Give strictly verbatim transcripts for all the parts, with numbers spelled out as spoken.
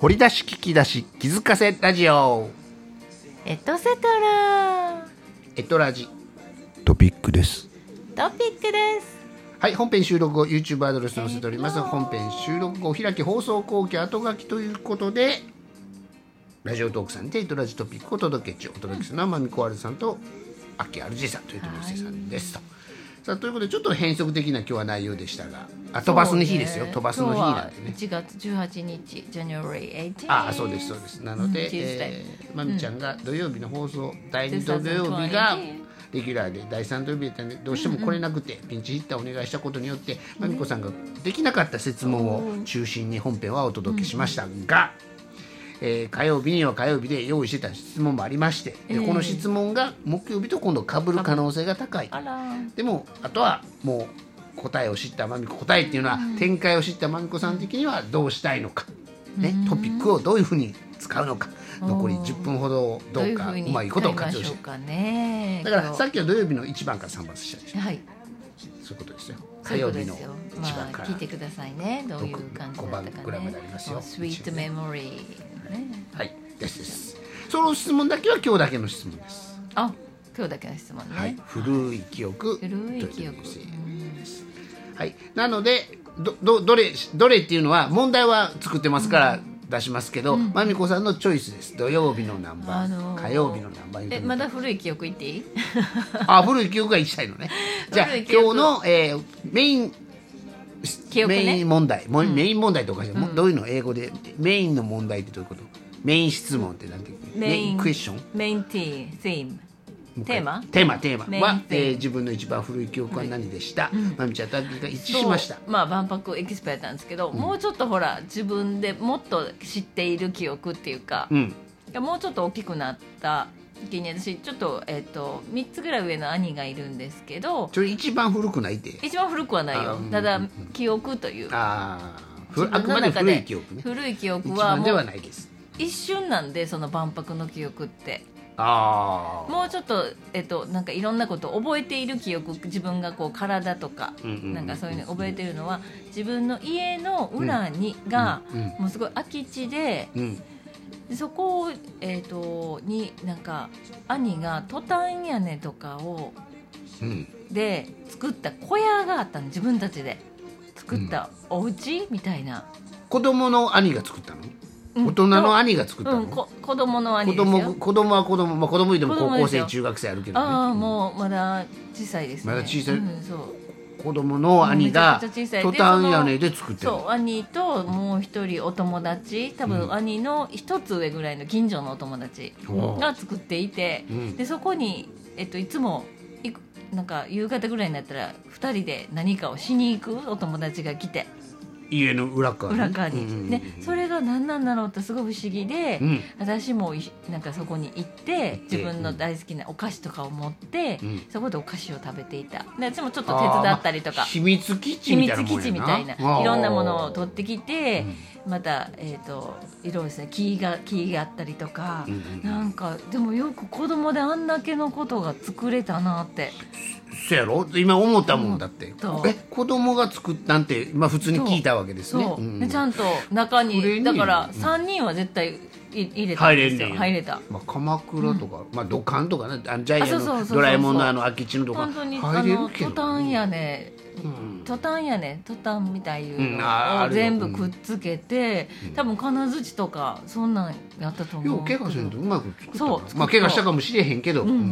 掘り出し聞き出し気づかせラジオエトセトラエトラジトピックです。 トピックです。 はい、本編収録後 YouTube アドレス載せております。本編収録後開き放送後期後書きということでラジオトークさんにてエトラジトピックをお届け中。お届けするのはまみこあるさんとアッキー アールジェー さんというとみせさんですと。さあということでちょっと変則的な今日は内容でしたが、あ飛ばすの日ですよ、飛ばすの日なんでね。 いちがつじゅうはちにち ジャニュアリーエイティーン。 ああそうですそうです。なので、 うんえー、まみちゃんが土曜日の放送、うん、だいに土曜日がレギュラーでだいさん土曜日だったんでどうしても来れなくて、うんうん、ピンチヒッターお願いしたことによってまみこさんができなかった設問を中心に本編はお届けしましたが、うんうん、えー、火曜日には火曜日で用意してた質問もありまして、でこの質問が木曜日と今度被る可能性が高い。でもあとはもう答えを知ったまみこ、答えっていうのは、うん、展開を知ったまみこさん的にはどうしたいのか、ね、トピックをどういうふうに使うのか、残りじゅっぷんほどどうかうまいことを活用して、ね、だからさっきは土曜日のいちばんからさんばんしたでしょ、はい、そういうことですよ。火曜日のいちばんから、 まあ、聞いてくださいね、どういう感じだったかね。ごばんぐらいまでありますよ。 スイートメモリー、ね、 はいですです。その質問だけは今日だけの質問です。 あ、今日だけの質問ね、はい、 古い記憶古い記憶です。 はい、なので ど, ど, ど, れどれっていうのは問題は作ってますから出しますけど、うん、まみこさんのチョイスです。土曜日の何番、あのー、火曜日の何番。 えまだ古い記憶言っていい？ あ、古い記憶が言いたいのね。じゃあ今日の、えー、メイン記憶、ね、メイン問題、うん、メイン問題とかじゃ、うん、どういうの英語でメインの問題ってどういうこと？メイン質問ってなんていうの？メインクエスチョン？ メインティー、テーマテーマテーマテーマは、えー、自分の一番古い記憶は何でした？はい、まみちゃんとあきが一致しました。 まあ万博エキスパートなんですけど、うん、もうちょっとほら自分でもっと知っている記憶っていうか、うん、いやもうちょっと大きくなった時に私ちょっと、えー、とみっつぐらい上の兄がいるんですけど、 それ一番古くないって？一番古くはないよ、ただ記憶という、 ああくまで古い記憶ね。 古い記憶はもう一番ではないです。 一瞬なんで、その万博の記憶ってあもうちょっと、えっと、なんかいろんなことを覚えている記憶、自分がこう体とか、うんうんうんうん、なんかそういうの覚えているのは自分の家の裏に、うん、が、うんうん、もうすごい空き地で、うん、でそこを、えー、とになんか兄がトタン屋根とかを、うん、で作った小屋があったの。自分たちで作ったお家みたいな、 子供の兄が作ったの？大人の兄が作ったの？うん、 こ子供の兄ですよ。 子供、子供は子供、まあ、子供でも高校生中学生あるけどね。 ああ、もうまだ小さいですね。 まだ小さい、 うん、そう子供の兄がトタン屋根で作ってる。 そう、兄ともう一人お友達、多分兄の一つ上ぐらいの近所のお友達が作っていて、うん、でそこに、えっと、いつもいくなんか夕方ぐらいになったらふたりで何かをしに行くお友達が来て、 家の裏側に、 裏側に、うんうんうん、でそれが何なんだろうってすごい不思議で、うん、私もなんかそこに行って自分の大好きなお菓子とかを持って、うん、そこでお菓子を食べていた。で私もちょっと手伝ったりとか、まあ、 秘密基地みたいなもんやな。秘密基地みたいないろんなものを取ってきて、うん、また、えーと、いろいろですね、木が木があったりとか、うんうん、なんかでもよく子供であんだけのことが作れたなって。 そうやろ、今思ったもんだって。え子供が作ったんて、まあ、普通に聞いたわけですね。 そう、うん、でちゃんと中にだからさんにんは絶対入れたんですよ。入れんねん。入れた、 まあ、鎌倉とか、うん、まあ、土管とかね、あのジャイアンのドラえもんのあの空き地のとか入れるけど、 本当にあのトタン屋根、うん、トタン屋根トタンみたいのを全部くっつけて、うん、多分金槌とかそんなんやったと思う。 よう怪我せんとうまく作った。そう、まあ怪我したかもしれへんけど、うんうんうん、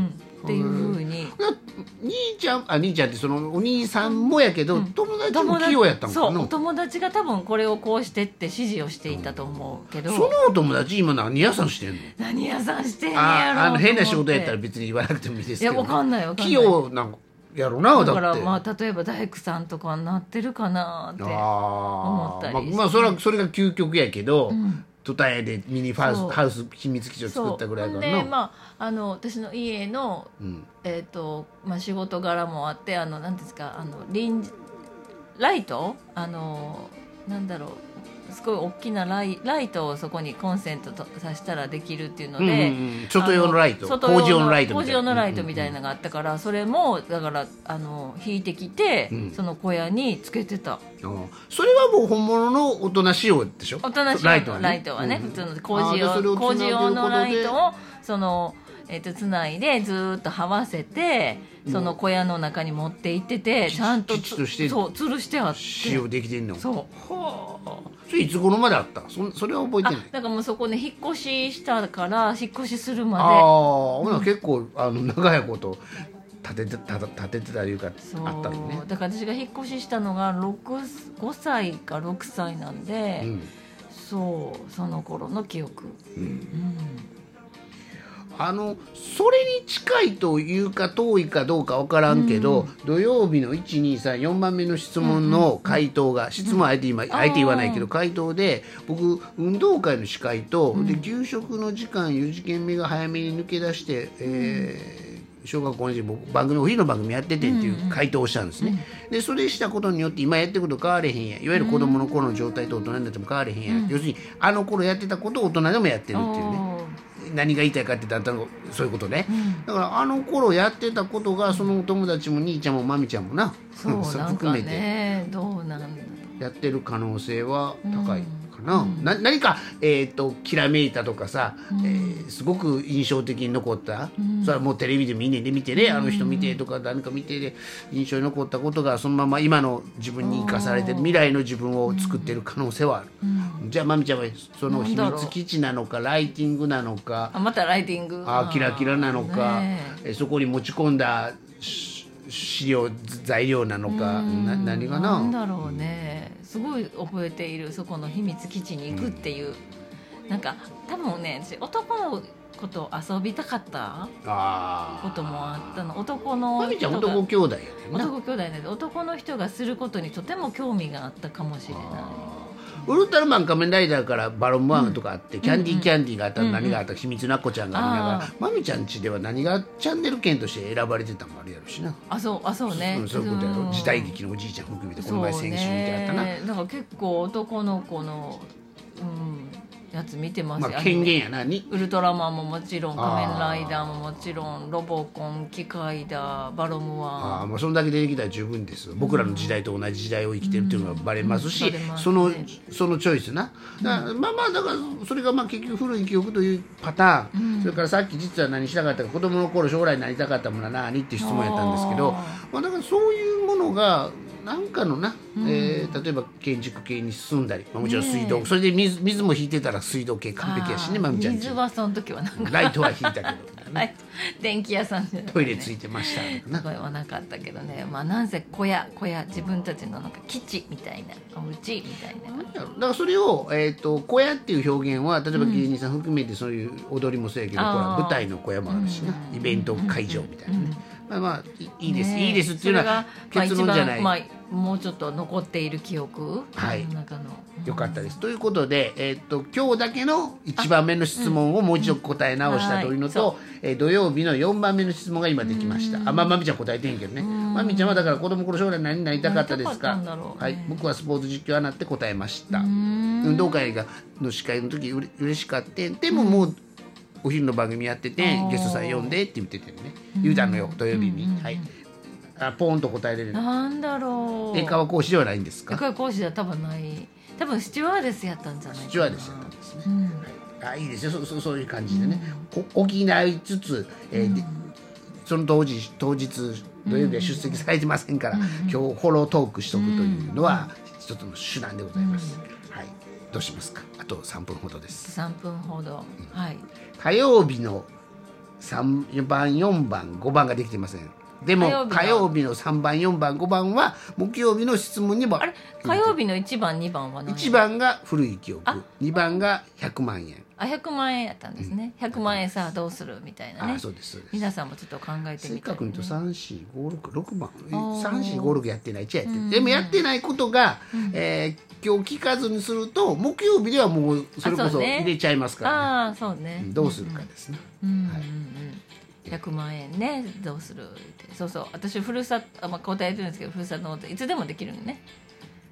っていう風に兄ちゃん、あ兄ちゃんってそのお兄さんもやけど、うん、友達も器用やったんかな。 そう、お友達が多分これをこうしてって指示をしていたと思うけど、 そのお友達今何屋さんしてんの？ 何屋さんしてんやろうと思って。 ああの変な仕事やったら別に言わなくてもいいですけど、 いやわかんないわかんない。 器用なんかやろうな。だってだからまあ例えば大工さんとかになってるかなって思ったりして、 まあ、まあそれはそれが究極やけど、うん、トタン屋でミニハウス、ハウス秘密基地を作ったぐらいからの。 で、まあ、あの私の家の、うんえーとまあ、仕事柄もあって、あのなんですか、あの臨ライト、あのなんだろう、 すごい大きなライ、ライトをそこにコンセントとさしたらできるっていうので、 うんうんうん、外用のライト、工事用のライトみたいな、工事用のライトみたいなのがあったから、うんうんうん、それもだからあの引いてきて、うん、その小屋につけてた。 それはもう本物の大人仕様でしょ。 大人仕様のライトはね、うん、普通の工事用、工事用のライトをそのえー、とつないでずっと這わせてその小屋の中に持って行ってて、ちゃんとつしてそう吊るしてあって使用できてんの。 そうはあ、それいつ頃まであった？ そ, それは覚えてない。あ、 だからもうそこね引っ越ししたから引っ越しするまで。 ああ、うん、結構あの長いこと建ててた建ててたというかあったのね。 だから私が引っ越ししたのがごさいかろくさいなんで、うん、そうその頃の記憶、うんうん、 あのそれに近いというか遠いかどうか分からんけど、うん、土曜日のいちにさんよんばんめの質問の回答が、うんうん、質問あえて今、うん、あえて言わないけど回答で、僕運動会の司会と、うん、で給食の時間よじけんめが早めに抜け出して、えー小学校の時僕番組お昼の番組やっててっていう回答をしたんですね、うんうん、でそれしたことによって今やってること変われへんや、いわゆる子供の頃の状態と大人になっても変われへんや、うん、要するにあの頃やってたことを大人でもやってるっていうね。何が言いたいかって言ったらそういうことね、うん、だからあの頃やってたことがそのお友達も兄ちゃんもまみちゃんもな、 そう含めてどうなんやってる可能性は高いかな、うん、な何か、えーと、きらめいたとかさ、うんえー、すごく印象的に残った、うん、それはもうテレビでみんなで見てね、うん、あの人見てとか何か見てで印象に残ったことがそのまま今の自分に生かされて未来の自分を作ってる可能性はある、うん、じゃあまみちゃんはその秘密基地なのかライティングなのか、 あまたライティングあキラキラなのか、ね、そこに持ち込んだ資料材料なのか、な何がな、 なんだろうね、すごい覚えている。そこの秘密基地に行くっていう、うん、なんか多分ね私男の子と遊びたかったこともあったの。男のまみちゃん男兄弟やねんな。 男兄弟で男の人がすることにとても興味があったかもしれない。 ウルトラマン仮面ライダーからバロンワンとかあって、うん、キャンディーキャンディーがあったら何があったか、秘密なっこちゃんがありながら、まみちゃんちでは何がチャンネル権として選ばれてたのもあるやろしな。 あそうあそうね、 うん、そういうことやろ、時代劇のおじいちゃん含めてこの前選手見てあったな。 だから結構男の子の、うん、やつ見てますよ、 まあ、権限やなにウルトラマンももちろん仮面ライダーももちろんロボコン機械だバロムワン、 あもうそんだけ出てきたら十分です。僕らの時代と同じ時代を生きてるっていうのがバレますし、うんうん、そのそのチョイスな、だからまあまあだからそれがまあ結局古い記憶というパターン、うん、それからさっき実は何したかったか子供の頃将来になりたかったものは何っていう質問やったんですけど、まあ、だからそういうものがなんかのな、うんえー、例えば建築系に進んだり、まあ、もちろん水道、ね、それで 水, 水も引いてたら水道系完璧やしね、まみちゃんち水はその時はなんかライトは引いたけど、 ね、電気屋さんじゃなくて、ね、 トイレついてましたな、それはなかったけどね、まあなんせ小屋小屋自分たちのなんか基地みたいなお家みたいな、 だからそれを、えー、と小屋っていう表現は例えば芸人さん含めてそういう踊りもそうやけど、うん、ほら舞台の小屋もあるしな、うん、イベント会場みたいなね、うんまあまあいいです、ね、いいですっていうのは結論じゃない、 まあ、もうちょっと残っている記憶、 はい、 の中の、 うん、よかったです。ということで、えー、っと今日だけのいちばんめの質問をもう一度答え直したというのと、うんうん、えー、土曜日のよんばんめの質問が今できました。あ、まあ、まみちゃん答えてへんけどね、まみちゃんはだから子供頃将来何になりたかったですか、はい、僕はスポーツ実況アナって答えました。運動会がの司会の時うれ嬉しかった。でももうお昼の番組やっててゲストさん呼んでって言っててね、言うたのよ土曜日に、はい、あポーンと答えれる。 なんだろう、 英会話講師ではないんですか。 英会話講師では多分ない、多分スチュワーデスやったんじゃないかな。 スチュワーデスやったんですね、うんはい、あいいですよ そ, そ, そういう感じでね、うん、補いつつ、えーうん、その当時当日土曜日は出席されてませんから、うん、今日フォロートークしとくというのは一つの手段でございます、うん、はい、どうしますか。あとさんぷんほどです。 さんぷんほど、うん、はい。 火曜日のさんばんよんばんごばんができてません。でも火曜日のさんばんよんばんごばんは木曜日の質問にも。 あれ火曜日のいちばんにばんは何。 いちばんが古い記憶、にばんがひゃくまんえん。 あひゃくまんえんやったんですね、うん、ひゃくまんえんさあどうするみたいなね。 あそうですそうです。 皆さんもちょっと考えてみて、ね、 正確に言うとさん、よん、ご、ろく、ろくばんさん、よん、ご、ろくやってないいちやって、うん、でもやってないことが、うんえー、今日聞かずにすると木曜日ではもうそれこそ入れちゃいますからね。 あそうね、 どうするかですね、 うんうんはい、ひゃくまんえんねどうするって。そうそう私ふるさと、まあ、答えてるんですけどふるさと納税いつでもできるのね。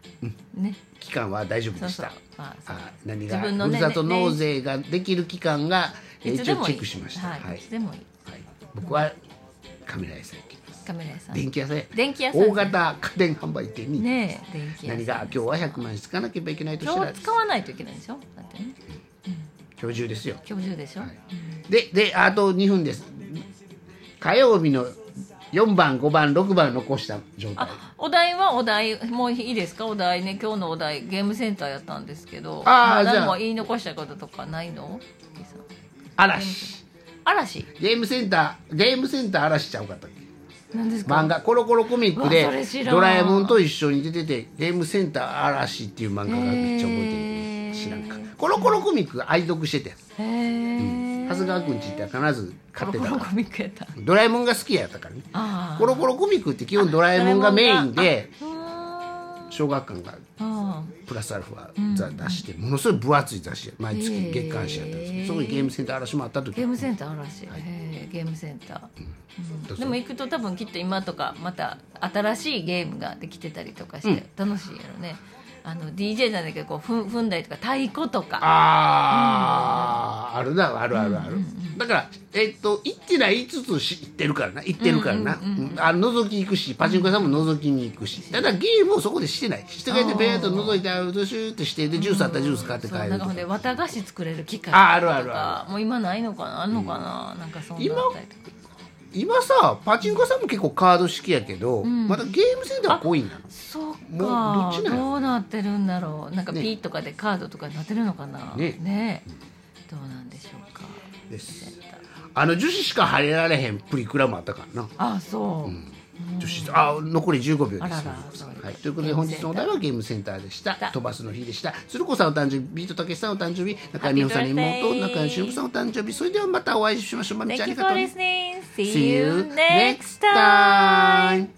ね、 期間は大丈夫でした。 そうそうまあそうあ何が、 自分のねふるさと納税ができる期間が、えー一応チいつでもいいェックしました。 はいはいいつでもいいはい僕はカメラ屋さん行きます。 カメラ屋さん電気屋さんや電気屋さん大型家電販売店に、 ねえ電気屋さん何が今日はひゃくまん使わなければいけないとしたら今日使わないといけないでしょだってね今日中ですよ。 今日中でしょ、 はいでであとにふんです。火曜日のよんばんごばんろくばん残した状態。 あお題はお題もういいですかお題ね今日のお題ゲームセンターやったんですけどあーじゃあまだも言い残したこととかないの嵐嵐ゲームセンターゲームセンター嵐ちゃうかったっけ。 何ですか漫画コロコロコミックでうわそれ知らんドラえもんと一緒に出ててゲームセンター嵐っていう漫画がめっちゃ覚えてる。 へー知らんか。コロコロコミック愛読しててへえ、 長谷川くんち行ったら必ず買ってたからコロコロコミックやったドラえもんが好きやったからね。 あコロコロコミックって基本ドラえもんがメインであ小学館があプラスアルファざ出してものすごい分厚い雑誌毎月月刊誌やったんですけどそこにゲームセンター嵐もあった時ゲームセンター嵐、へえゲームセンター、うん、でも行くと多分きっと今とかまた新しいゲームができてたりとかして楽しいやろね、あの ディージェー じゃないけどこうふん踏んだりとか太鼓とかああ、あるなあるあるある、だからえっと行ってないつつ知ってるからな行ってるからな、うんあ覗き行くしパチンコ屋さんも覗きに行くし、ただゲームをそこでしてない人がいてベーッと覗いてあるとシューってしてでジュースあったらジュース買って帰るとかそうなんかほんで綿菓子作れる機械ああるあるあるもう今ないのかなあんのかな、なんかそんなあったりとか今さパチンコ屋さんも結構カード式やけど、まだゲームセンターはコインなの。 そうもうどかっちなのどうなってるんだろうなんかピねーとかでカードとかになってるのかなねねどうなんでしょうかですセンターあの女子しか入れられへんプリクラもあったからな。 あそう、 女子あ残りじゅうごびょうです。 あららそういうことはい、ということで本日のお題はゲームセンターでした。飛ばすの日でした。鶴子さんお誕生日、ビートたけしさんお誕生日、中井美穂さんの Happy 妹、 birthday 中井しのぶさんお誕生日。それではまたお会いしましょう。まみちゃんあ Thank り you がと for う。 listening. See See you you next next time. time.